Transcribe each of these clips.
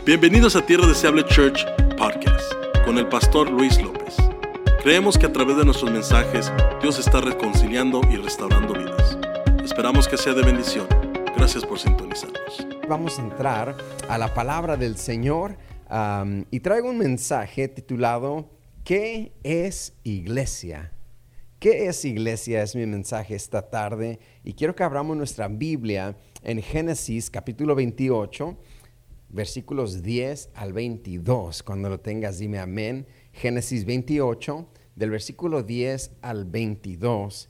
Bienvenidos a Tierra Deseable Church Podcast con el pastor Luis López. Creemos que a través de nuestros mensajes Dios está reconciliando y restaurando vidas. Esperamos que sea de bendición. Gracias por sintonizarnos. Vamos a entrar a la palabra del Señor y traigo un mensaje titulado ¿Qué es iglesia? ¿Qué es iglesia? Es mi mensaje esta tarde y quiero que abramos nuestra Biblia en Génesis capítulo 28, versículos 10 al 22. Cuando lo tengas dime amén. Génesis 28, del versículo 10 al 22.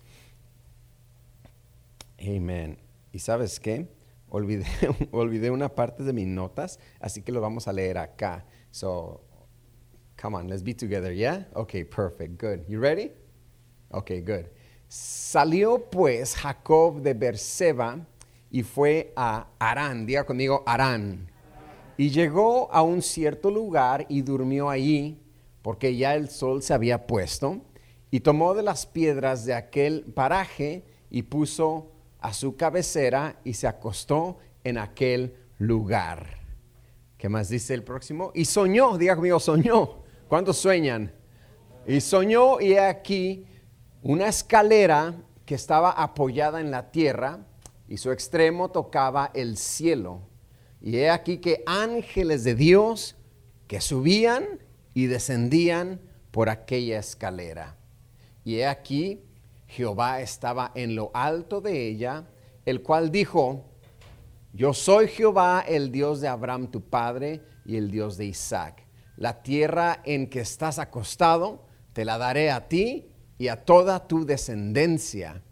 Amén. ¿Y sabes qué? Olvidé una parte de mis notas, así que lo vamos a leer acá. So, come on, let's be together, yeah? Okay, perfect, good. You ready? Okay, good. Salió pues Jacob de Beerseba y fue a Harán. Diga conmigo, Harán. Y llegó a un cierto lugar y durmió allí, porque ya el sol se había puesto. Y tomó de las piedras de aquel paraje y puso a su cabecera y se acostó en aquel lugar. ¿Qué más dice el próximo? Y soñó, diga conmigo, soñó. ¿Cuántos sueñan? Y soñó y he aquí una escalera que estaba apoyada en la tierra y su extremo tocaba el cielo. Y he aquí que ángeles de Dios que subían y descendían por aquella escalera. Y he aquí Jehová estaba en lo alto de ella, el cual dijo: Yo soy Jehová, el Dios de Abraham tu padre y el Dios de Isaac. La tierra en que estás acostado te la daré a ti y a toda tu descendencia.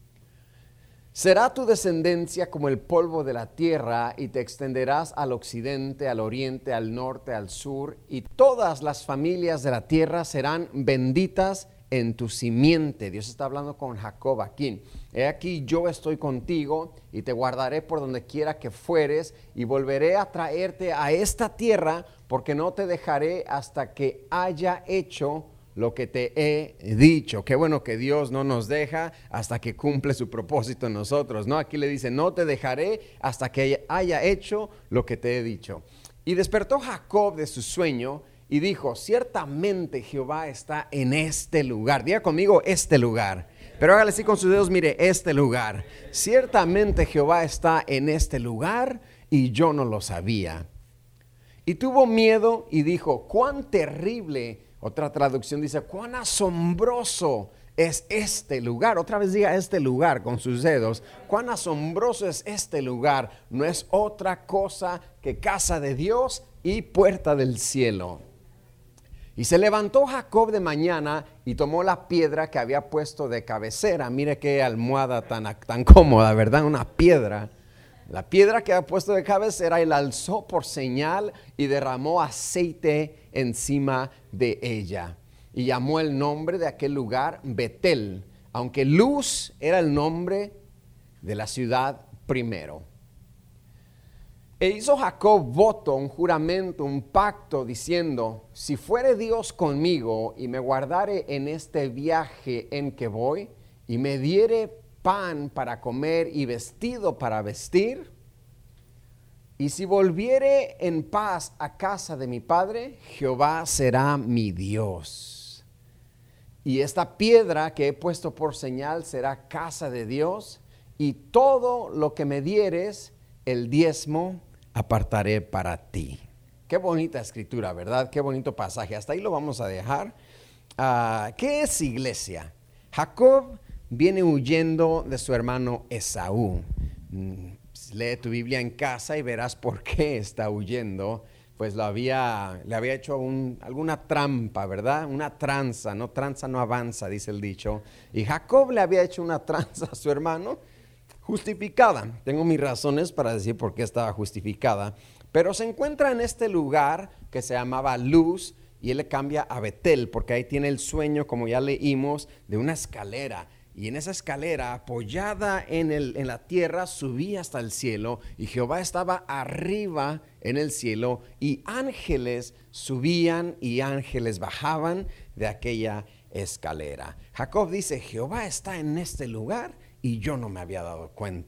Será tu descendencia como el polvo de la tierra, y te extenderás al occidente, al oriente, al norte, al sur, y todas las familias de la tierra serán benditas en tu simiente. Dios está hablando con Jacob aquí. He aquí yo estoy contigo y te guardaré por donde quiera que fueres, y volveré a traerte a esta tierra, porque no te dejaré hasta que haya hecho lo que te he dicho. Qué bueno que Dios no nos deja hasta que cumple su propósito en nosotros, ¿no? Aquí le dice: no te dejaré hasta que haya hecho lo que te he dicho. Y despertó Jacob de su sueño y dijo: ciertamente Jehová está en este lugar. Diga conmigo, este lugar. Pero hágale así con sus dedos, mire, este lugar. Ciertamente Jehová está en este lugar y yo no lo sabía. Y tuvo miedo y dijo: cuán terrible. Otra traducción dice: cuán asombroso es este lugar. Otra vez diga este lugar con sus dedos. Cuán asombroso es este lugar. No es otra cosa que casa de Dios y puerta del cielo. Y se levantó Jacob de mañana y tomó la piedra que había puesto de cabecera. Mire qué almohada tan cómoda, ¿verdad? Una piedra. La piedra que había puesto de cabecera, y la alzó por señal y derramó aceite encima de ella. Y llamó el nombre de aquel lugar Betel, aunque Luz era el nombre de la ciudad primero. E hizo Jacob voto, un juramento, un pacto, diciendo: si fuere Dios conmigo y me guardare en este viaje en que voy, y me diere pan para comer y vestido para vestir, y si volviere en paz a casa de mi padre, Jehová será mi Dios. Y esta piedra que he puesto por señal será casa de Dios, y todo lo que me dieres, el diezmo, apartaré para ti. Qué bonita escritura, ¿verdad? Qué bonito pasaje. Hasta ahí lo vamos a dejar. ¿Qué es iglesia? Jacob viene huyendo de su hermano Esaú. Lee tu Biblia en casa y verás por qué está huyendo. Pues le había hecho alguna trampa, ¿verdad? Una tranza no avanza, dice el dicho. Y Jacob le había hecho una tranza a su hermano, justificada. Tengo mis razones para decir por qué estaba justificada. Pero se encuentra en este lugar que se llamaba Luz, y él le cambia a Betel, porque ahí tiene el sueño, como ya leímos, de una escalera. Y en esa escalera, apoyada en la tierra, subía hasta el cielo, y Jehová estaba arriba en el cielo, y ángeles subían y ángeles bajaban de aquella escalera. Jacob dice: Jehová está en este lugar y yo no me había dado cuenta.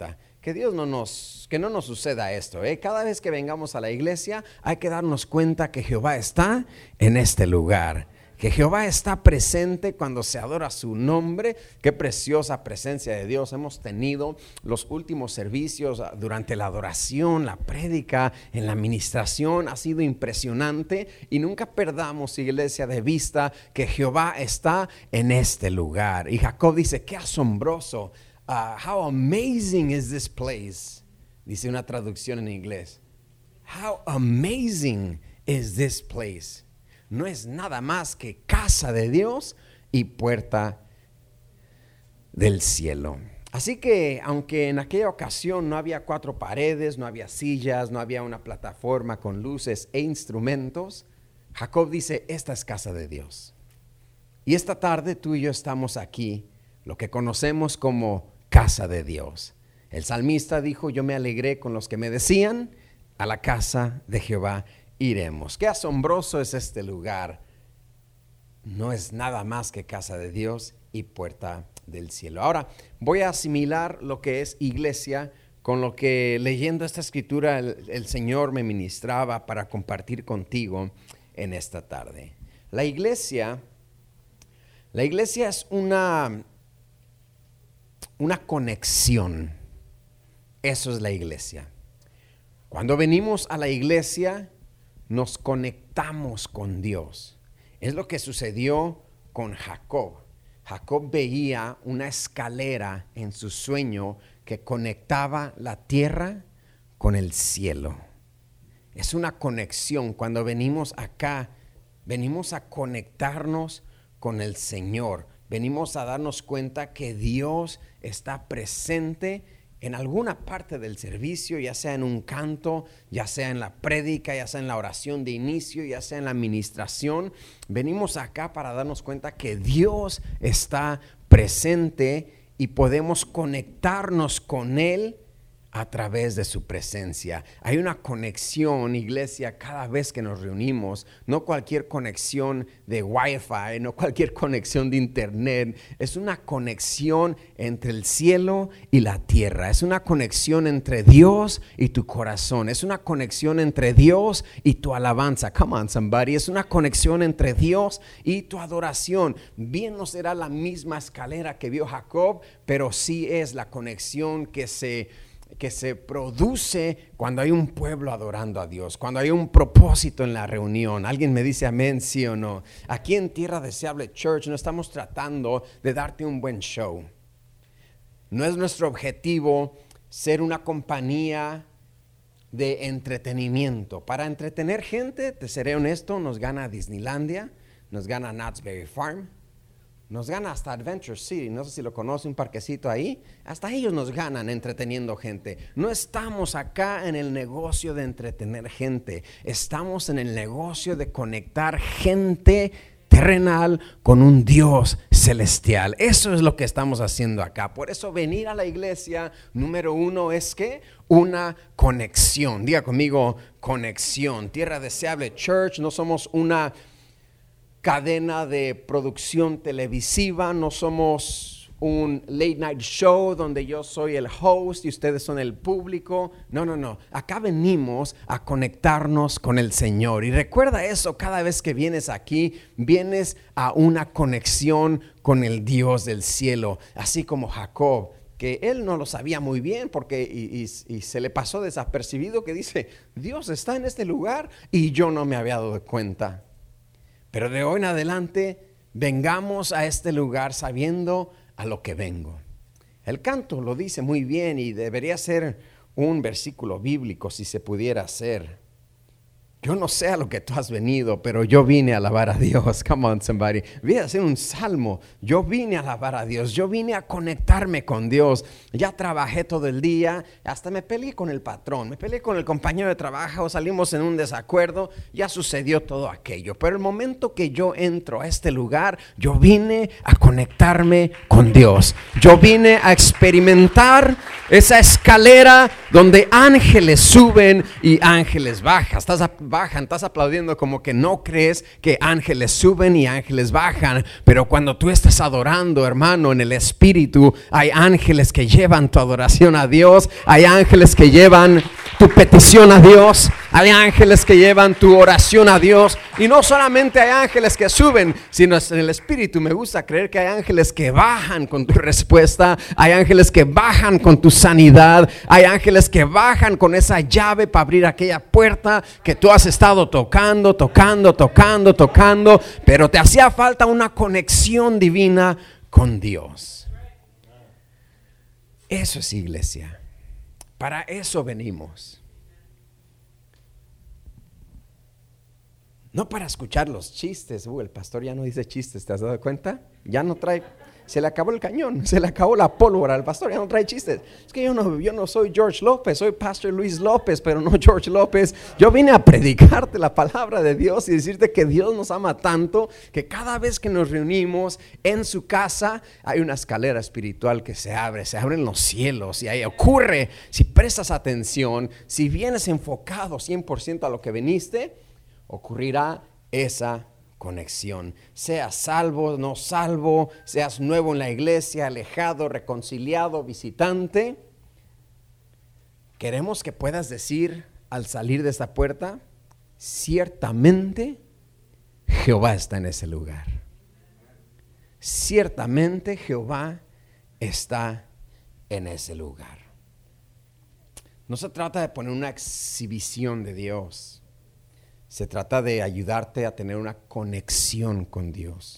que no nos suceda esto. Cada vez que vengamos a la iglesia hay que darnos cuenta que Jehová está en este lugar, que Jehová está presente cuando se adora su nombre. Qué preciosa presencia de Dios hemos tenido los últimos servicios, durante la adoración, la prédica, en la administración. Ha sido impresionante y nunca perdamos, iglesia, de vista que Jehová está en este lugar. Y Jacob dice, qué asombroso. How amazing is this place, dice una traducción en inglés. How amazing is this place. No es nada más que casa de Dios y puerta del cielo. Así que aunque en aquella ocasión no había 4 paredes, no había sillas, no había una plataforma con luces e instrumentos, Jacob dice, esta es casa de Dios. Y esta tarde tú y yo estamos aquí, lo que conocemos como casa de Dios. El salmista dijo, yo me alegré con los que me decían, a la casa de Jehová iremos. Qué asombroso es este lugar. No es nada más que casa de Dios y puerta del cielo. Ahora voy a asimilar lo que es iglesia con lo que, leyendo esta escritura, el Señor me ministraba para compartir contigo en esta tarde. La iglesia es una conexión. Eso es la iglesia. Cuando venimos a la iglesia, nos conectamos con Dios. Es lo que sucedió con Jacob. Jacob veía una escalera en su sueño que conectaba la tierra con el cielo. Es una conexión. Cuando venimos acá, venimos a conectarnos con el Señor. Venimos a darnos cuenta que Dios está presente en alguna parte del servicio, ya sea en un canto, ya sea en la prédica, ya sea en la oración de inicio, ya sea en la administración. Venimos acá para darnos cuenta que Dios está presente y podemos conectarnos con Él a través de su presencia. Hay una conexión, iglesia, cada vez que nos reunimos. No cualquier conexión de Wi-Fi, no cualquier conexión de internet. Es una conexión entre el cielo y la tierra. Es una conexión entre Dios y tu corazón. Es una conexión entre Dios y tu alabanza. Come on, somebody. Es una conexión entre Dios y tu adoración. Bien, no será la misma escalera que vio Jacob, pero sí es la conexión que se produce cuando hay un pueblo adorando a Dios, cuando hay un propósito en la reunión. ¿Alguien me dice amén, sí o no? Aquí en Tierra Deseable Church no estamos tratando de darte un buen show. No es nuestro objetivo ser una compañía de entretenimiento. Para entretener gente, te seré honesto, nos gana Disneylandia, nos gana Knott's Berry Farm, nos gana hasta Adventure City. No sé si lo conoce, un parquecito ahí. Hasta ellos nos ganan entreteniendo gente. No estamos acá en el negocio de entretener gente. Estamos en el negocio de conectar gente terrenal con un Dios celestial. Eso es lo que estamos haciendo acá. Por eso venir a la iglesia, número 1, es que una conexión. Diga conmigo, conexión. Tierra Deseable Church, no somos una cadena de producción televisiva, no somos un late night show donde yo soy el host y ustedes son el público. No. Acá venimos a conectarnos con el Señor. Y recuerda eso, cada vez que vienes aquí, vienes a una conexión con el Dios del cielo. Así como Jacob, que él no lo sabía muy bien porque y se le pasó desapercibido, que dice, Dios está en este lugar y yo no me había dado cuenta. Pero de hoy en adelante, vengamos a este lugar sabiendo a lo que vengo. El canto lo dice muy bien y debería ser un versículo bíblico si se pudiera hacer. Yo no sé a lo que tú has venido, pero yo vine a alabar a Dios. Come on, somebody. Voy a hacer un salmo. Yo vine a alabar a Dios. Yo vine a conectarme con Dios. Ya trabajé todo el día. Hasta me peleé con el patrón. Me peleé con el compañero de trabajo. Salimos en un desacuerdo. Ya sucedió todo aquello. Pero el momento que yo entro a este lugar, yo vine a conectarme con Dios. Yo vine a experimentar esa escalera donde ángeles suben y ángeles bajan. bajan. Estás aplaudiendo como que no crees que ángeles suben y ángeles bajan. Pero cuando tú estás adorando, hermano, en el Espíritu, hay ángeles que llevan tu adoración a Dios. Hay ángeles que llevan tu petición a Dios. Hay ángeles que llevan tu oración a Dios. Y no solamente hay ángeles que suben, sino en el Espíritu me gusta creer que hay ángeles que bajan con tu respuesta. Hay ángeles que bajan con tu sanidad. Hay ángeles que bajan con esa llave para abrir aquella puerta que tú has estado tocando. Pero te hacía falta una conexión divina con Dios. Eso es iglesia. Para eso venimos. No para escuchar los chistes. El pastor ya no dice chistes, ¿te has dado cuenta? Ya no trae, se le acabó el cañón, se le acabó la pólvora. El pastor ya no trae chistes. Es que yo no soy George López, soy Pastor Luis López, pero no George López. Yo vine a predicarte la palabra de Dios y decirte que Dios nos ama tanto que cada vez que nos reunimos en su casa hay una escalera espiritual que se abren los cielos y ahí ocurre. Si prestas atención, si vienes enfocado 100% a lo que viniste, ocurrirá esa conexión. Seas salvo, no salvo, seas nuevo en la iglesia, alejado, reconciliado, visitante. Queremos que puedas decir al salir de esta puerta: ciertamente Jehová está en ese lugar. Ciertamente Jehová está en ese lugar. No se trata de poner una exhibición de Dios. Se trata de ayudarte a tener una conexión con Dios.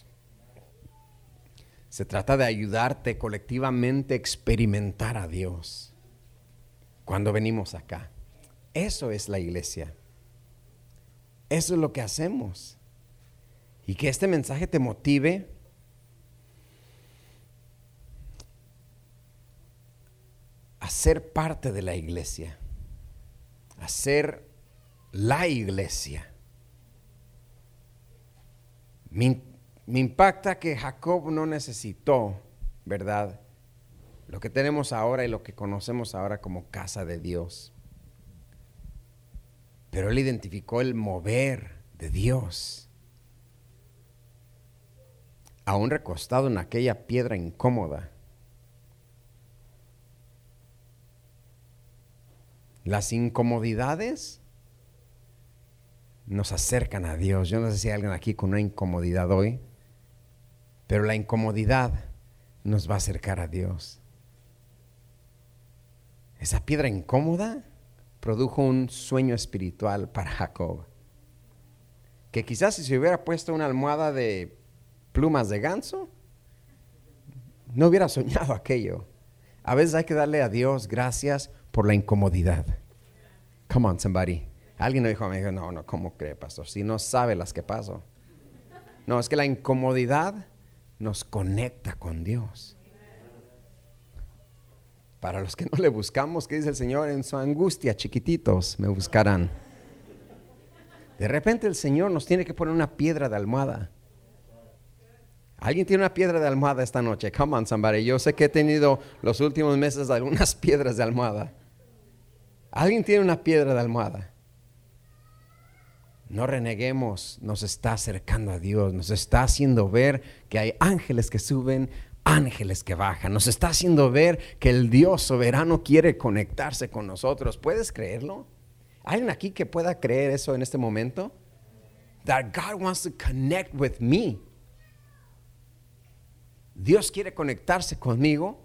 Se trata de ayudarte colectivamente a experimentar a Dios cuando venimos acá. Eso es la iglesia. Eso es lo que hacemos. Y que este mensaje te motive a ser parte de la iglesia, a ser la iglesia. Me impacta que Jacob no necesitó, ¿verdad?, lo que tenemos ahora y lo que conocemos ahora como casa de Dios. Pero él identificó el mover de Dios. Aún recostado en aquella piedra incómoda. Las incomodidades nos acercan a Dios. Yo no sé si hay alguien aquí con una incomodidad hoy, pero la incomodidad nos va a acercar a Dios. Esa piedra incómoda produjo un sueño espiritual para Jacob, que quizás si se hubiera puesto una almohada de plumas de ganso, no hubiera soñado aquello. A veces hay que darle a Dios gracias por la incomodidad. Come on, somebody. Alguien me dijo, no, ¿cómo cree, pastor? Si no sabe las que paso. No, es que la incomodidad nos conecta con Dios. Para los que no le buscamos, ¿qué dice el Señor? En su angustia, chiquititos, me buscarán. De repente el Señor nos tiene que poner una piedra de almohada. ¿Alguien tiene una piedra de almohada esta noche? Come on, somebody. Yo sé que he tenido los últimos meses algunas piedras de almohada. ¿Alguien tiene una piedra de almohada? No reneguemos, nos está acercando a Dios, nos está haciendo ver que hay ángeles que suben, ángeles que bajan, nos está haciendo ver que el Dios soberano quiere conectarse con nosotros. ¿Puedes creerlo? ¿Alguien aquí que pueda creer eso en este momento? That God wants to connect with me. Dios quiere conectarse conmigo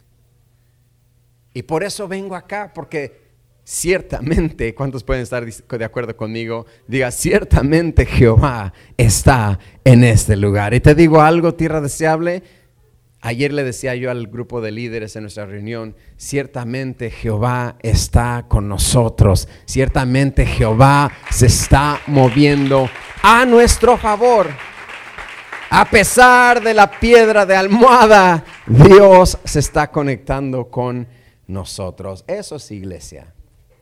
y por eso vengo acá, porque ciertamente, ¿cuántos pueden estar de acuerdo conmigo? Diga, ciertamente Jehová está en este lugar. Y te digo algo, tierra deseable. Ayer le decía yo al grupo de líderes en nuestra reunión, ciertamente Jehová está con nosotros. Ciertamente Jehová se está moviendo a nuestro favor. A pesar de la piedra de almohada, Dios se está conectando con nosotros. Eso es iglesia.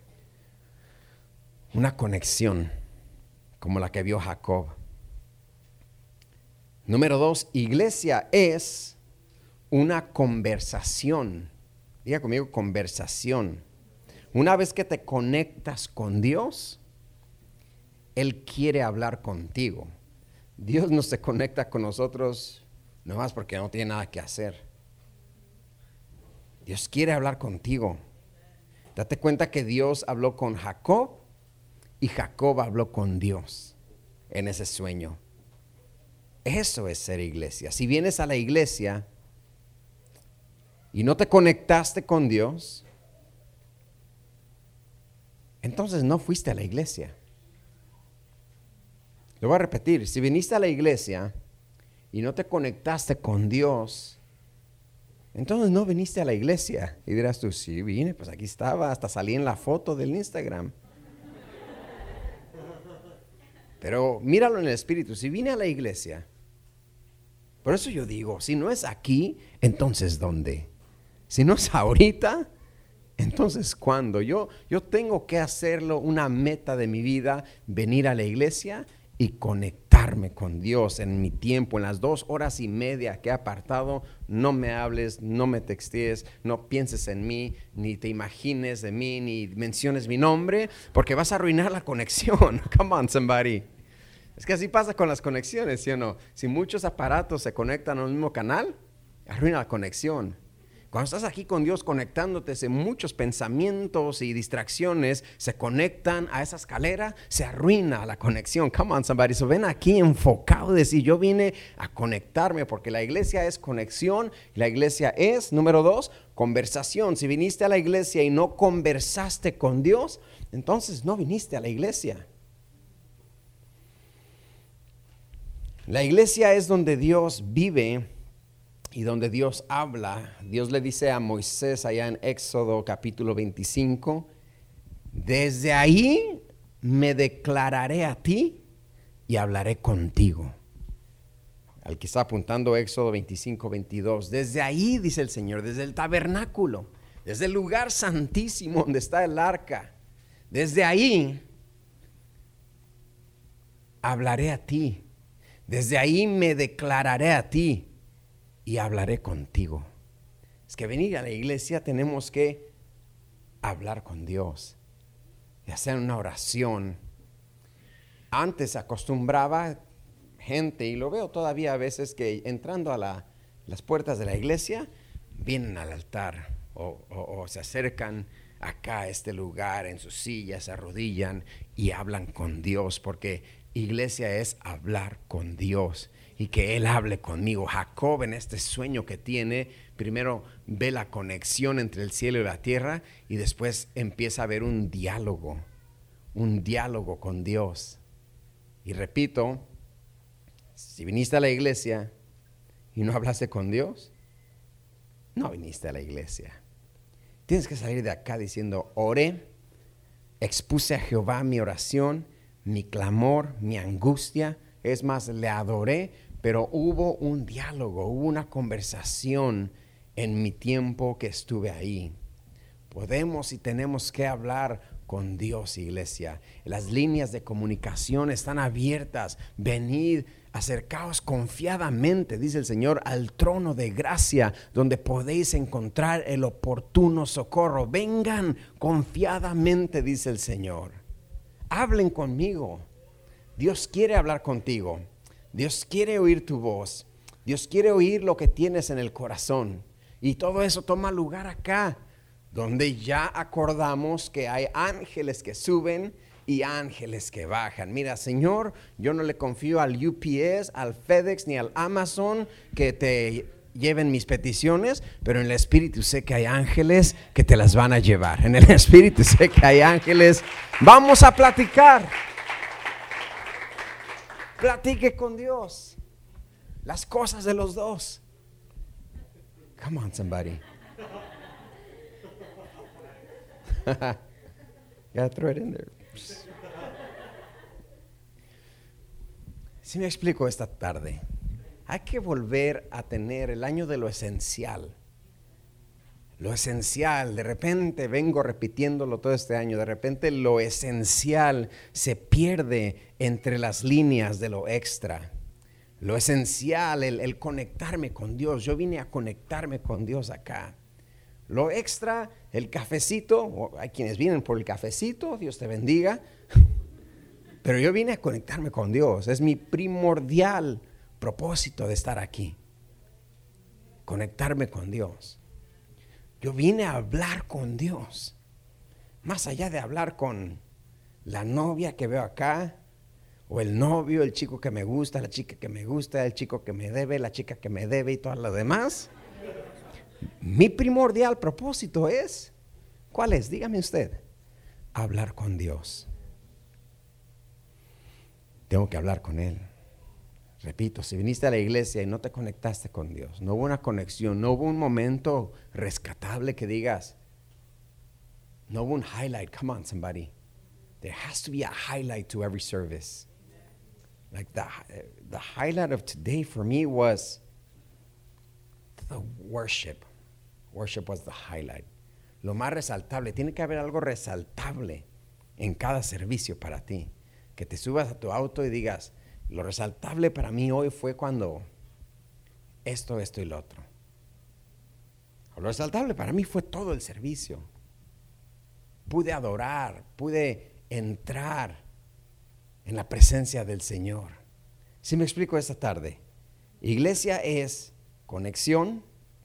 Una conexión como la que vio Jacob. Número 2, iglesia es una conversación. Diga conmigo, conversación. Una vez que te conectas con Dios, Él quiere hablar contigo. Dios no se conecta con nosotros nomás porque no tiene nada que hacer. Dios quiere hablar contigo. Date cuenta que Dios habló con Jacob y Jacob habló con Dios en ese sueño. Eso es ser iglesia. Si vienes a la iglesia y no te conectaste con Dios, entonces no fuiste a la iglesia. Lo voy a repetir, si viniste a la iglesia y no te conectaste con Dios, entonces no viniste a la iglesia. Y dirás tú, sí vine, pues aquí estaba, hasta salí en la foto del Instagram. Pero míralo en el espíritu, si vine a la iglesia, por eso yo digo, si no es aquí, entonces ¿dónde? Si no es ahorita, entonces ¿cuándo? Yo tengo que hacerlo una meta de mi vida, venir a la iglesia y conectarme con Dios en mi tiempo, en las 2 horas y media que he apartado. No me hables, no me textees, no pienses en mí, ni te imagines de mí, ni menciones mi nombre, porque vas a arruinar la conexión. Come on, somebody. Es que así pasa con las conexiones, ¿sí o no? Si muchos aparatos se conectan al mismo canal, arruina la conexión. Cuando estás aquí con Dios conectándote, muchos pensamientos y distracciones se conectan a esa escalera, se arruina la conexión. Come on, somebody. So ven aquí enfocado, decir, yo vine a conectarme, porque la iglesia es conexión. La iglesia es, número 2, conversación. Si viniste a la iglesia y no conversaste con Dios, entonces no viniste a la iglesia. La iglesia es donde Dios vive y donde Dios habla. Dios le dice a Moisés allá en Éxodo capítulo 25, desde ahí me declararé a ti y hablaré contigo. Al que está apuntando Éxodo 25, 22, desde ahí, dice el Señor, desde el tabernáculo, desde el lugar santísimo donde está el arca, desde ahí hablaré a ti, desde ahí me declararé a ti y hablaré contigo. Es que venir a la iglesia tenemos que hablar con Dios y hacer una oración. Antes acostumbraba gente, y lo veo todavía a veces, que entrando a las puertas de la iglesia vienen al altar o se acercan acá a este lugar en sus sillas, se arrodillan y hablan con Dios, porque iglesia es hablar con Dios y que Él hable conmigo. Jacob, en este sueño que tiene, primero ve la conexión entre el cielo y la tierra y después empieza a ver un diálogo con Dios. Y repito, si viniste a la iglesia y no hablaste con Dios, no viniste a la iglesia. Tienes que salir de acá diciendo, oré, expuse a Jehová mi oración, mi clamor, mi angustia. Es más, le adoré, pero hubo un diálogo, hubo una conversación en mi tiempo que estuve ahí. Podemos y tenemos que hablar con Dios, iglesia. Las líneas de comunicación están abiertas. Venid, acercaos confiadamente, dice el Señor, al trono de gracia, donde podéis encontrar el oportuno socorro. Vengan confiadamente, dice el Señor. Hablen conmigo. Dios quiere hablar contigo. Dios quiere oír tu voz. Dios quiere oír lo que tienes en el corazón. Y todo eso toma lugar acá, donde ya acordamos que hay ángeles que suben y ángeles que bajan. Mira, Señor, yo no le confío al UPS, al FedEx ni al Amazon que te lleven mis peticiones, pero en el espíritu sé que hay ángeles que te las van a llevar. En el espíritu sé que hay ángeles. Vamos a platicar. Platique con Dios las cosas de los dos. Come on, somebody. Gotta throw it in there. Si me explico esta tarde, hay que volver a tener el año de lo esencial. Lo esencial, de repente vengo repitiéndolo todo este año, de repente lo esencial se pierde entre las líneas de lo extra. Lo esencial, el conectarme con Dios. Yo vine a conectarme con Dios acá. Lo extra, el cafecito, hay quienes vienen por el cafecito, Dios te bendiga. Pero yo vine a conectarme con Dios. Es mi primordial propósito de estar aquí. Conectarme con Dios. Yo vine a hablar con Dios. Más allá de hablar con la novia que veo acá, o el novio, el chico que me gusta, la chica que me gusta, el chico que me debe, la chica que me debe y todo lo demás. Mi primordial propósito es, ¿cuál es? Dígame usted. Hablar con Dios. Tengo que hablar con Él. Repito, si viniste a la iglesia y no te conectaste con Dios, no hubo una conexión, no hubo un momento rescatable que digas, no hubo un highlight. Come on, somebody. There has to be a highlight to every service. Like the highlight of today for me was the worship. Worship was the highlight. Lo más resaltable. Tiene que haber algo resaltable en cada servicio para ti. Que te subas a tu auto y digas, lo resaltable para mí hoy fue cuando esto y lo otro. Lo resaltable para mí fue todo el servicio. Pude adorar, pude entrar en la presencia del Señor. ¿Sí me explico esta tarde? Iglesia es conexión.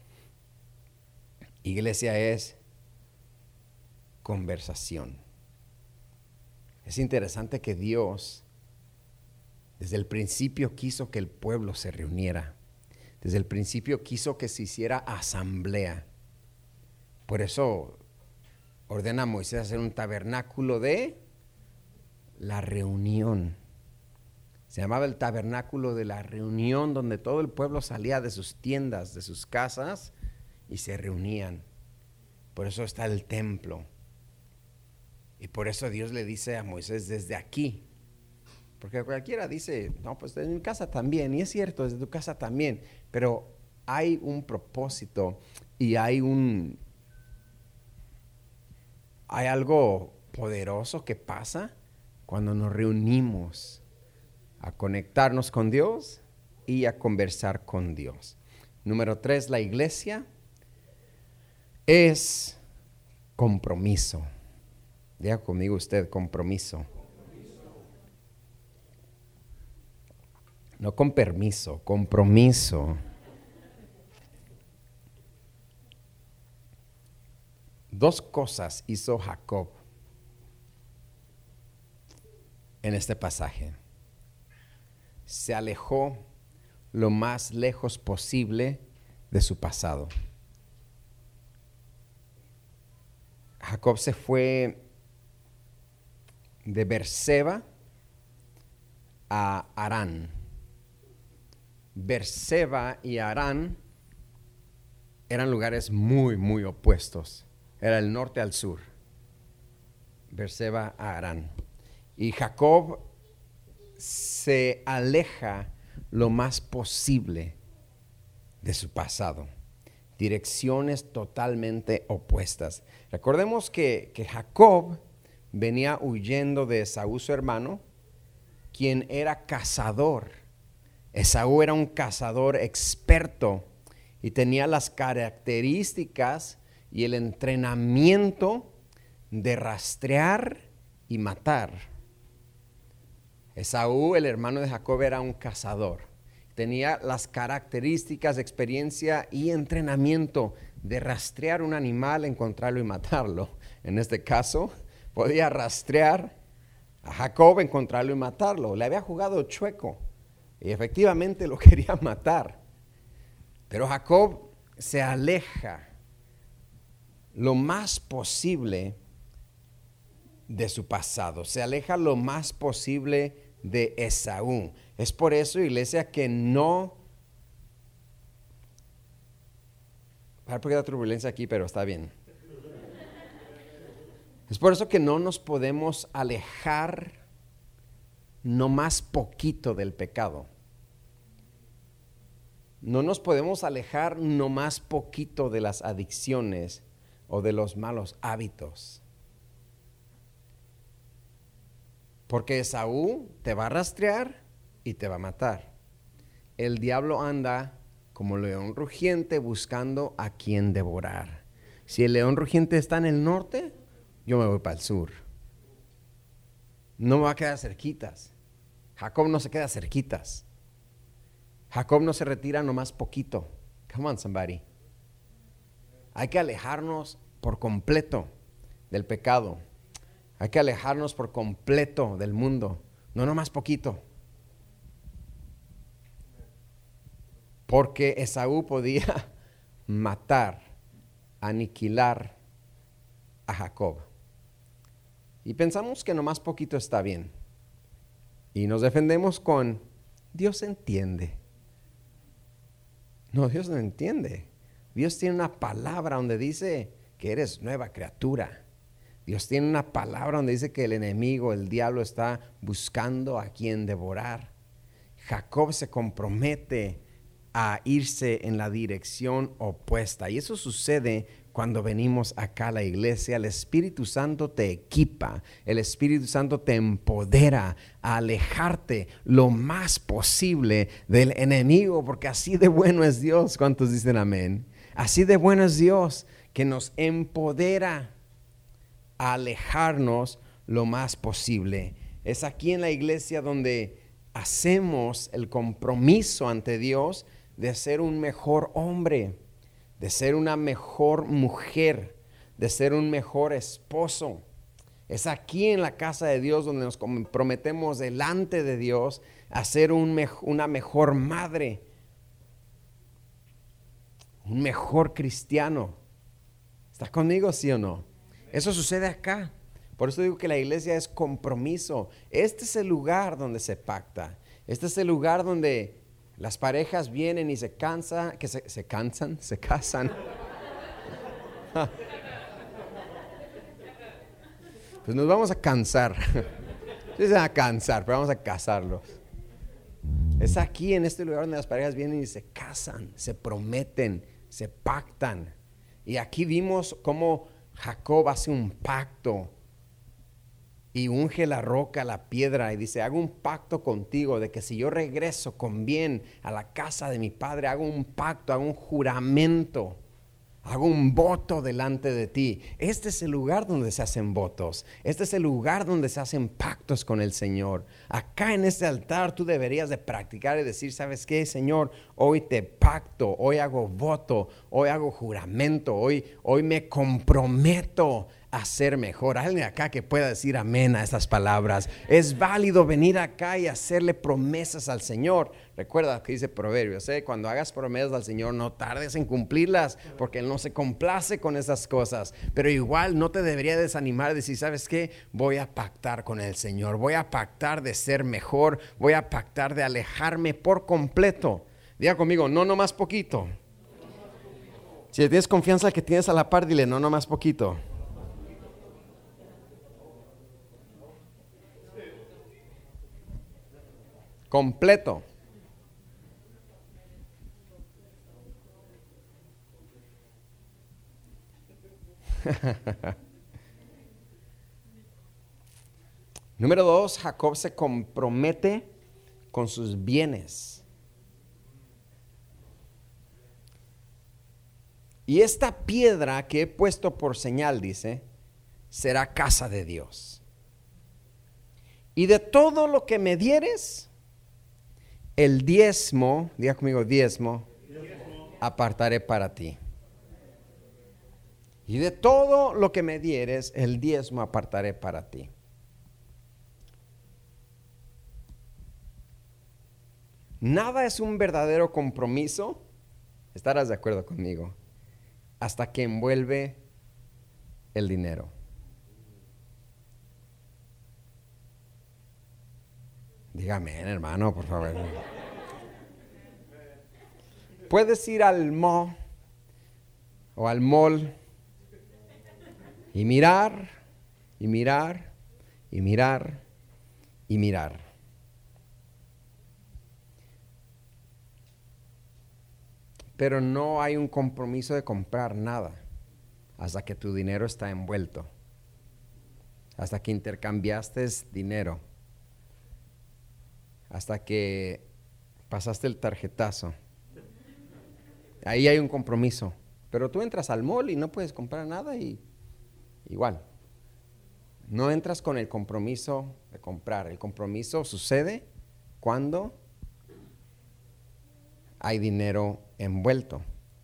Iglesia es conversación. Es interesante que Dios desde el principio quiso que el pueblo se reuniera. Desde el principio quiso que se hiciera asamblea. Por eso ordena a Moisés hacer un tabernáculo de la reunión. Se llamaba el tabernáculo de la reunión, donde todo el pueblo salía de sus tiendas, de sus casas y se reunían. Por eso está el templo. Y por eso Dios le dice a Moisés, desde aquí. Porque cualquiera dice, no, pues desde mi casa también. Y es cierto, desde tu casa también. Pero hay un propósito y hay algo poderoso que pasa cuando nos reunimos a conectarnos con Dios y a conversar con Dios. Número 3, la iglesia es compromiso. Diga conmigo usted, compromiso. No con permiso, compromiso. Dos cosas hizo Jacob en este pasaje. Se alejó lo más lejos posible de su pasado. Jacob se fue de Berseba a Harán. Berseba y Harán eran lugares muy, muy opuestos. Era el norte al sur. Berseba a Harán. Y Jacob se aleja lo más posible de su pasado. Direcciones totalmente opuestas. Recordemos que Jacob venía huyendo de Esaú, su hermano, quien era cazador. Esaú era un cazador experto y tenía las características y el entrenamiento de rastrear y matar. Esaú, el hermano de Jacob, era un cazador. Tenía las características, experiencia y entrenamiento de rastrear un animal, encontrarlo y matarlo. En este caso, podía rastrear a Jacob, encontrarlo y matarlo. Le había jugado chueco y efectivamente lo quería matar. Pero Jacob se aleja lo más posible de su pasado. Se aleja lo más posible de Esaú. Es por eso, iglesia, que no... Hay un poquito de turbulencia aquí, pero está bien. Es por eso que no nos podemos alejar no más poquito del pecado. No nos podemos alejar no más poquito de las adicciones o de los malos hábitos. Porque Esaú te va a rastrear y te va a matar. El diablo anda como león rugiente buscando a quien devorar. Si el león rugiente está en el norte, yo me voy para el sur. no me va a quedar cerquitas. Jacob no se queda cerquitas. Jacob no se retira nomás poquito. Come on, somebody. Hay que alejarnos por completo del pecado. Hay que alejarnos por completo del mundo. No nomás poquito. Porque Esaú podía matar, aniquilar a Jacob. Y pensamos que nomás poquito está bien. Y nos defendemos con, Dios entiende. No, Dios no entiende. Dios tiene una palabra donde dice que eres nueva criatura. Dios tiene una palabra donde dice que el enemigo, el diablo, está buscando a quien devorar. Jacob se compromete a irse en la dirección opuesta. Y eso sucede cuando venimos acá a la iglesia. El Espíritu Santo te equipa, el Espíritu Santo te empodera a alejarte lo más posible del enemigo, porque así de bueno es Dios. ¿Cuántos dicen amén? Así de bueno es Dios, que nos empodera a alejarnos lo más posible. Es aquí en la iglesia donde hacemos el compromiso ante Dios de ser un mejor hombre, de ser una mejor mujer, de ser un mejor esposo. Es aquí en la casa de Dios donde nos comprometemos delante de Dios a ser una mejor madre, un mejor cristiano. ¿Está conmigo, sí o no? Eso sucede acá. Por eso digo que la iglesia es compromiso. Este es el lugar donde se pacta. Este es el lugar donde las parejas vienen y se casan. Pues nos vamos a cansar. Sí se van a cansar, pero vamos a casarlos. Es aquí en este lugar donde las parejas vienen y se casan, se prometen, se pactan. Y aquí vimos cómo Jacob hace un pacto y unge la roca, la piedra, y dice, hago un pacto contigo de que si yo regreso con bien a la casa de mi padre, hago un pacto, hago un juramento, hago un voto delante de ti. Este es el lugar donde se hacen votos. Este es el lugar donde se hacen pactos con el Señor. Acá en este altar tú deberías de practicar y decir, ¿sabes qué, Señor? Hoy te pacto, hoy hago voto, hoy hago juramento, hoy me comprometo a ser mejor. Alguien acá que pueda decir amén a estas palabras. Es válido venir acá y hacerle promesas al Señor. Recuerda que dice Proverbios, cuando hagas promesas al Señor no tardes en cumplirlas, porque Él no se complace con esas cosas. Pero igual no te debería desanimar, decir, ¿sabes qué? Voy a pactar con el Señor, voy a pactar de ser mejor, voy a pactar de alejarme por completo. Diga conmigo, no más poquito. Si tienes confianza que tienes a la par, dile, no más poquito. Completo. Número 2, Jacob se compromete con sus bienes. Y esta piedra que he puesto por señal, dice, será casa de Dios. Y de todo lo que me dieres, el diezmo, diga conmigo diezmo, apartaré para ti. Y de todo lo que me dieres, el diezmo apartaré para ti. Nada es un verdadero compromiso, estarás de acuerdo conmigo, hasta que envuelve el dinero. Dígame, hermano, por favor. Puedes ir al mall o al mall y mirar, y mirar, y mirar, y mirar. Pero no hay un compromiso de comprar nada hasta que tu dinero está envuelto, hasta que intercambiaste dinero, hasta que pasaste el tarjetazo. Ahí hay un compromiso. Pero tú entras al mall y no puedes comprar nada y igual. No entras con el compromiso de comprar. El compromiso sucede cuando hay dinero envuelto.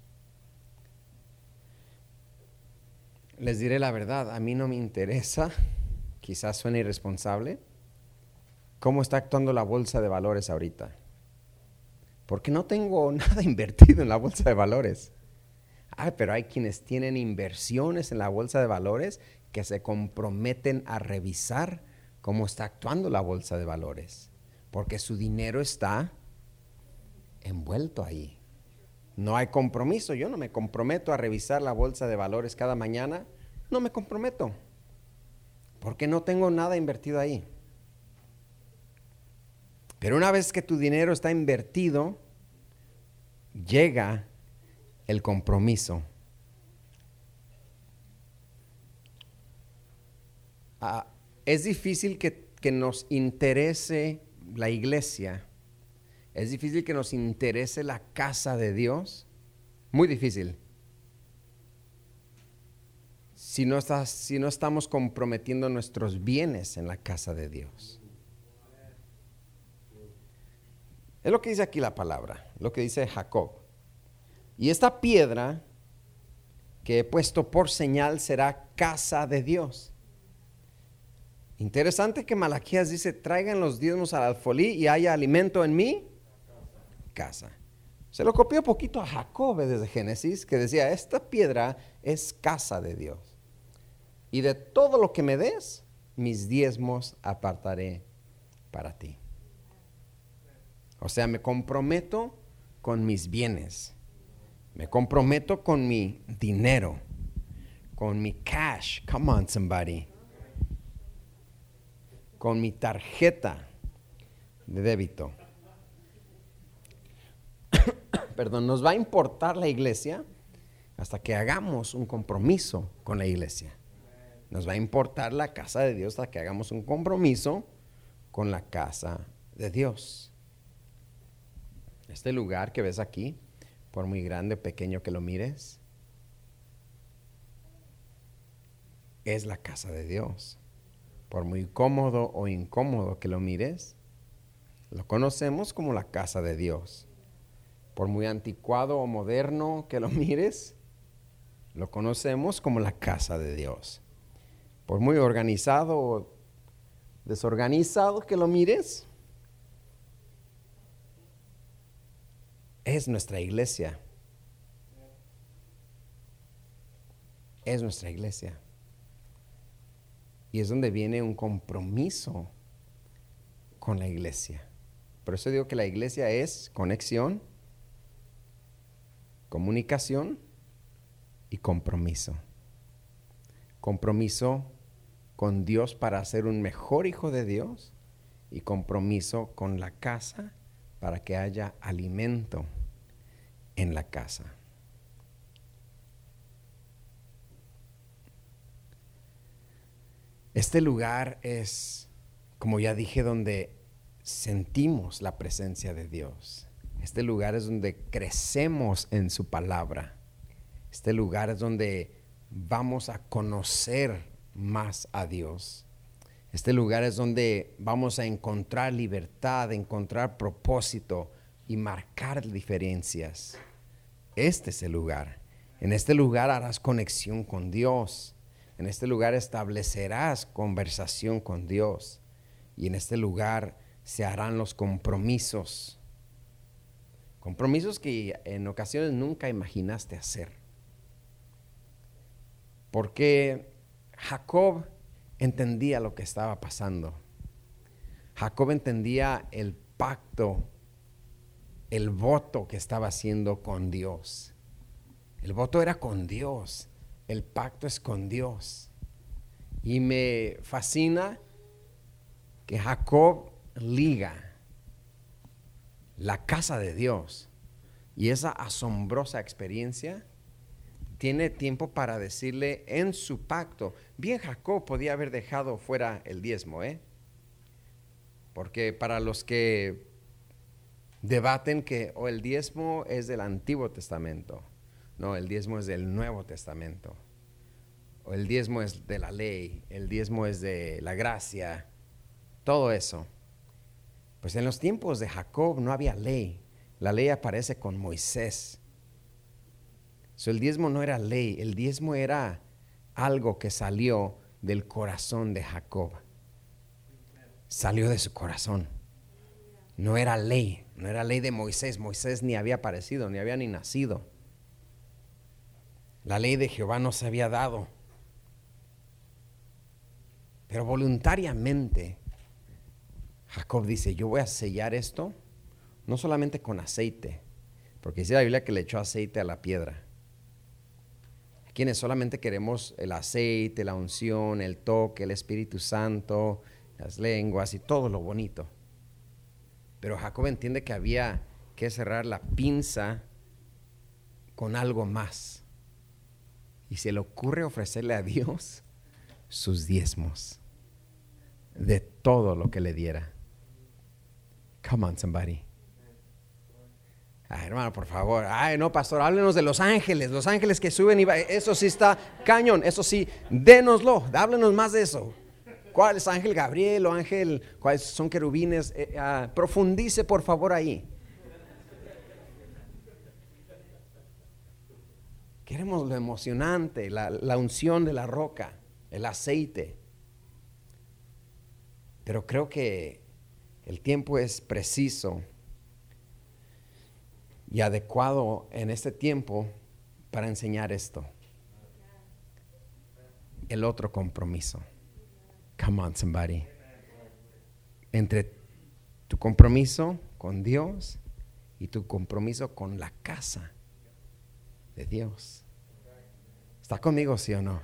Les diré la verdad, a mí no me interesa, quizás suene irresponsable, cómo está actuando la bolsa de valores ahorita. Porque no tengo nada invertido en la bolsa de valores. Pero hay quienes tienen inversiones en la bolsa de valores que se comprometen a revisar cómo está actuando la bolsa de valores. Porque su dinero está envuelto ahí. No hay compromiso. Yo no me comprometo a revisar la bolsa de valores cada mañana. No me comprometo. Porque no tengo nada invertido ahí. Pero una vez que tu dinero está invertido, llega el compromiso. Es difícil que nos interese la iglesia. Es difícil que nos interese la casa de Dios. Muy difícil. Si no estamos comprometiendo nuestros bienes en la casa de Dios. Es lo que dice aquí la palabra, lo que dice Jacob. Y esta piedra que he puesto por señal será casa de Dios. Interesante que Malaquías dice, traigan los diezmos al alfolí y haya alimento en mi casa. Se lo copió poquito a Jacob desde Génesis, que decía, esta piedra es casa de Dios. Y de todo lo que me des, mis diezmos apartaré para ti. O sea, me comprometo con mis bienes. Me comprometo con mi dinero. Con mi cash. Come on, somebody. Con mi tarjeta de débito. Perdón, nos va a importar la iglesia hasta que hagamos un compromiso con la iglesia. Nos va a importar la casa de Dios hasta que hagamos un compromiso con la casa de Dios. Este lugar que ves aquí, por muy grande o pequeño que lo mires, es la casa de Dios. Por muy cómodo o incómodo que lo mires, lo conocemos como la casa de Dios. Por muy anticuado o moderno que lo mires, lo conocemos como la casa de Dios. Por muy organizado o desorganizado que lo mires, es nuestra iglesia. Es nuestra iglesia. Y es donde viene un compromiso con la iglesia. Por eso digo que la iglesia es conexión, comunicación y compromiso. Compromiso con Dios para ser un mejor hijo de Dios y compromiso con la casa para que haya alimento en la casa. Este lugar es, como ya dije, donde sentimos la presencia de Dios. Este lugar es donde crecemos en su palabra. Este lugar es donde vamos a conocer más a Dios. Este lugar es donde vamos a encontrar libertad, encontrar propósito y marcar diferencias. Este es el lugar. En este lugar harás conexión con Dios. En este lugar establecerás conversación con Dios. Y en este lugar se harán los compromisos. Compromisos que en ocasiones nunca imaginaste hacer. Porque Jacob entendía lo que estaba pasando. Jacob entendía el pacto, el voto que estaba haciendo con Dios. El voto era con Dios, el pacto es con Dios. Y me fascina que Jacob liga la casa de Dios y esa asombrosa experiencia. Tiene tiempo para decirle en su pacto. Bien, Jacob podía haber dejado fuera el diezmo, porque para los que debaten que el diezmo es del Antiguo Testamento, no, el diezmo es del Nuevo Testamento, o el diezmo es de la ley, el diezmo es de la gracia. todo eso. Pues en los tiempos de Jacob no había ley. La ley aparece con Moisés. El diezmo no era ley, el diezmo era algo que salió del corazón de Jacob. Salió de su corazón. No era ley, no era ley de Moisés. Moisés ni había aparecido, ni había ni nacido. La ley de Jehová no se había dado. Pero voluntariamente Jacob dice, yo voy a sellar esto, no solamente con aceite, porque dice la Biblia que le echó aceite a la piedra. Quienes solamente queremos el aceite, la unción, el toque, el Espíritu Santo, las lenguas y todo lo bonito. Pero Jacob entiende que había que cerrar la pinza con algo más. Y se le ocurre ofrecerle a Dios sus diezmos de todo lo que le diera. Come on, somebody. Ay, hermano, por favor. Ay, no, pastor, háblenos de los ángeles que suben y eso sí está cañón, eso sí, dénoslo, háblenos más de eso. ¿Cuál es ángel Gabriel o ángel, cuáles son querubines? Profundice por favor ahí. Queremos lo emocionante, la unción de la roca, el aceite. Pero creo que el tiempo es preciso y adecuado en este tiempo para enseñar esto. El otro compromiso. Come on, somebody. Entre tu compromiso con Dios y tu compromiso con la casa de Dios. ¿Está conmigo, sí o no?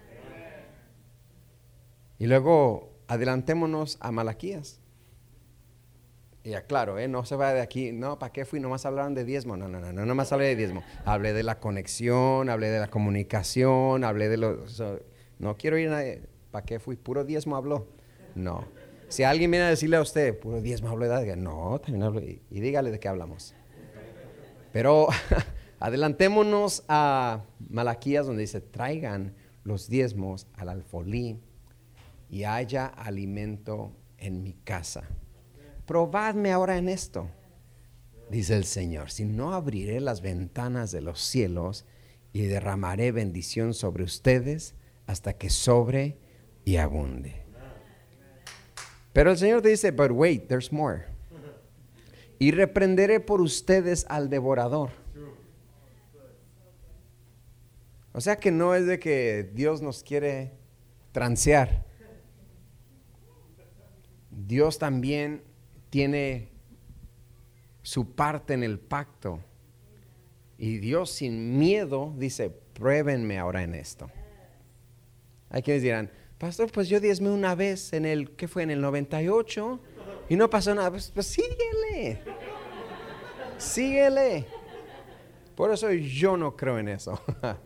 Y luego adelantémonos a Malaquías. Y aclaro, no se va de aquí, no, ¿para qué fui? Nomás hablaron de diezmo. No, nomás hablé de diezmo. Hablé de la conexión, hablé de la comunicación, hablé de no quiero ir a nadie. ¿Para qué fui? ¿Puro diezmo habló? No. Si alguien viene a decirle a usted, puro diezmo habló, no, también habló. Y dígale de qué hablamos. Pero adelantémonos a Malaquías, donde dice, traigan los diezmos al alfolí y haya alimento en mi casa. Probadme ahora en esto, dice el Señor, si no abriré las ventanas de los cielos y derramaré bendición sobre ustedes hasta que sobre y abunde. Pero el Señor te dice, but wait, there's more. Y reprenderé por ustedes al devorador. O sea que no es de que Dios nos quiere transear. Dios también tiene su parte en el pacto. Y Dios sin miedo dice, pruébenme ahora en esto. Hay quienes dirán, pastor, pues yo diezmé una vez en el, ¿qué fue? En el 98 y no pasó nada. Pues síguele. Por eso yo no creo en eso.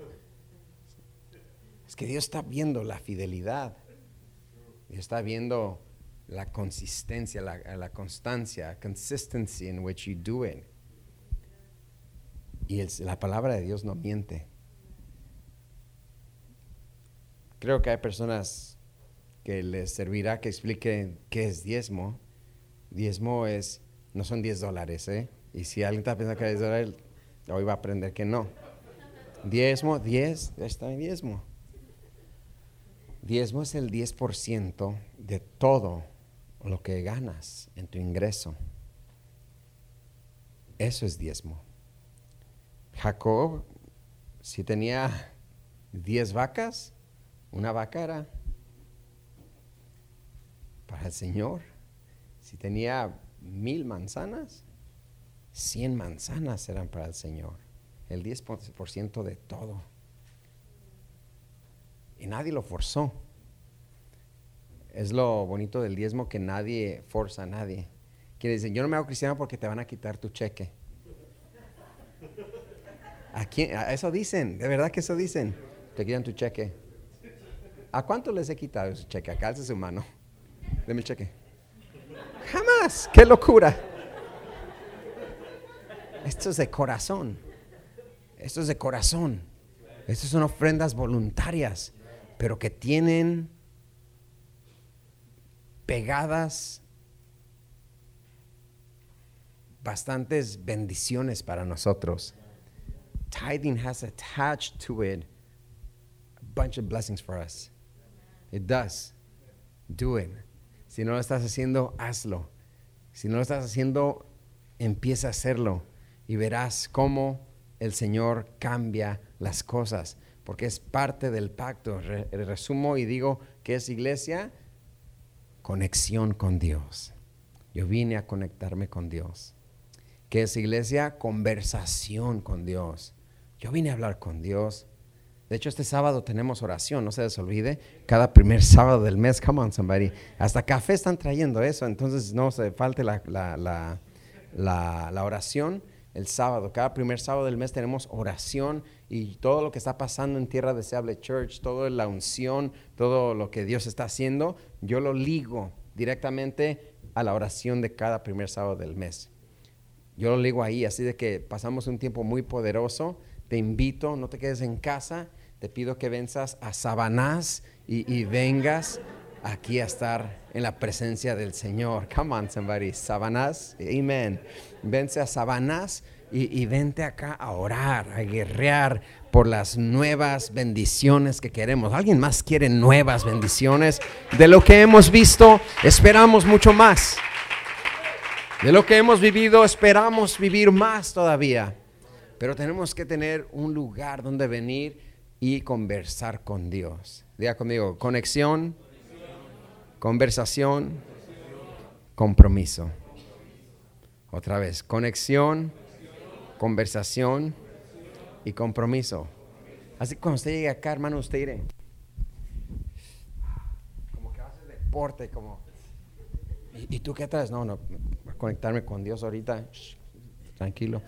Es que Dios está viendo la fidelidad. Dios está viendo la consistencia, la constancia, consistency in which you do it. Y la palabra de Dios no miente. Creo que hay personas que les servirá que expliquen qué es diezmo. Diezmo no son $10, Y si alguien está pensando que es $10, hoy va a aprender que no. Diezmo, 10, está en diezmo. Diezmo es el 10% de todo lo que ganas en tu ingreso. Eso es diezmo. Jacob, si tenía 10 vacas, una vaca era para el Señor. Si tenía 1000 manzanas, 100 manzanas eran para el Señor. El 10% de todo. Y nadie lo forzó. Es lo bonito del diezmo, que nadie forza a nadie. Que dicen, yo no me hago cristiano porque te van a quitar tu cheque. ¿A quién? Eso dicen, de verdad que eso dicen. Te quitan tu cheque. ¿A cuánto les he quitado su cheque? Acá alce su mano. Deme el cheque. Jamás. ¡Qué locura! Esto es de corazón. Esto es de corazón. Estas son ofrendas voluntarias, pero que tienen pegadas bastantes bendiciones para nosotros. Tithing has attached to it a bunch of blessings for us. It does. Do it. Si no lo estás haciendo, hazlo. Si no lo estás haciendo, empieza a hacerlo y verás cómo el Señor cambia las cosas, porque es parte del pacto. Resumo y digo que es iglesia, conexión con Dios. Yo vine a conectarme con Dios. ¿Qué es iglesia? Conversación con Dios. Yo vine a hablar con Dios. De hecho, este sábado tenemos oración, no se les olvide. Cada primer sábado del mes, come on somebody. Hasta café están trayendo eso, entonces no se falte la oración el sábado. Cada primer sábado del mes tenemos oración y todo lo que está pasando en Tierra Deseable Church, toda la unción, todo lo que Dios está haciendo, yo lo ligo directamente a la oración de cada primer sábado del mes. Yo lo ligo ahí, así de que pasamos un tiempo muy poderoso. Te invito, no te quedes en casa. Te pido que venzas a Sabanás y vengas aquí a estar en la presencia del Señor. Come on, somebody. Sabanás, amen. Vence a Sabanás y vente acá a orar, a guerrear por las nuevas bendiciones que queremos. ¿Alguien más quiere nuevas bendiciones? De lo que hemos visto, esperamos mucho más. De lo que hemos vivido, esperamos vivir más todavía. Pero tenemos que tener un lugar donde venir y conversar con Dios. Diga conmigo, conexión, conversación, compromiso. Otra vez, conexión, conversación y compromiso. Así que cuando usted llegue acá, hermano, usted iré como que hace deporte, como ¿y tú qué traes? No, voy a conectarme con Dios ahorita. Tranquilo.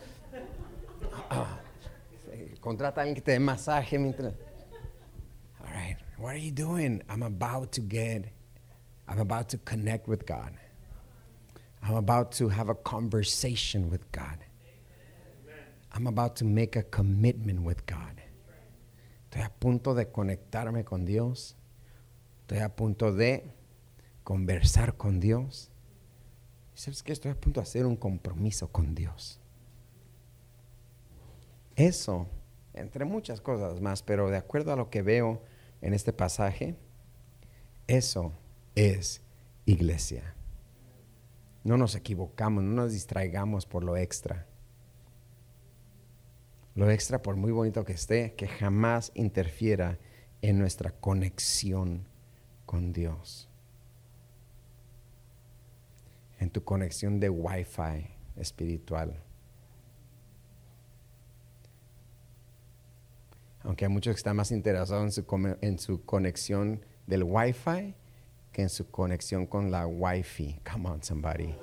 Contrata a alguien que te dé masaje mientras. All right, what are you doing? I'm about to connect with God. I'm about to have a conversation with God. I'm about to make a commitment with God. Estoy a punto de conectarme con Dios. Estoy a punto de conversar con Dios. ¿Sabes qué? Estoy a punto de hacer un compromiso con Dios. Eso, entre muchas cosas más, pero de acuerdo a lo que veo en este pasaje, eso es iglesia. No nos equivocamos, no nos distraigamos por lo extra. Lo extra, por muy bonito que esté, que jamás interfiera en nuestra conexión con Dios. En tu conexión de Wi-Fi espiritual. Aunque hay muchos que están más interesados en su conexión del Wi-Fi que en su conexión con la Wi-Fi. Come on, somebody.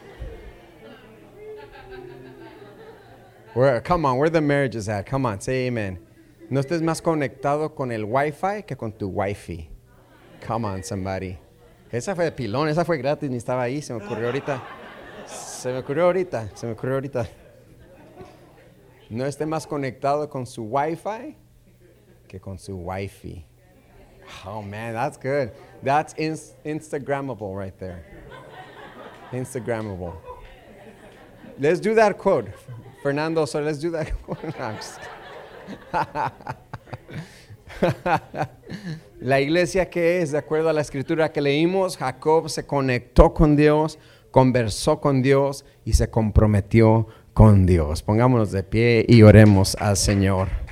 Come on, where the marriage is at. Come on, say amen. No estés más conectado con el Wi-Fi que con tu Wi-Fi. Come on, somebody. Esa fue de pilón, esa fue gratis, ni estaba ahí, se me ocurrió ahorita. No esté más conectado con su Wi-Fi que con su Wi-Fi. Oh man, that's good. That's Instagrammable right there. Instagrammable. Let's do that quote. Fernando, so let's do that quote. La iglesia que es, de acuerdo a la escritura que leímos, Jacob se conectó con Dios, conversó con Dios y se comprometió con Dios. Pongámonos de pie y oremos al Señor.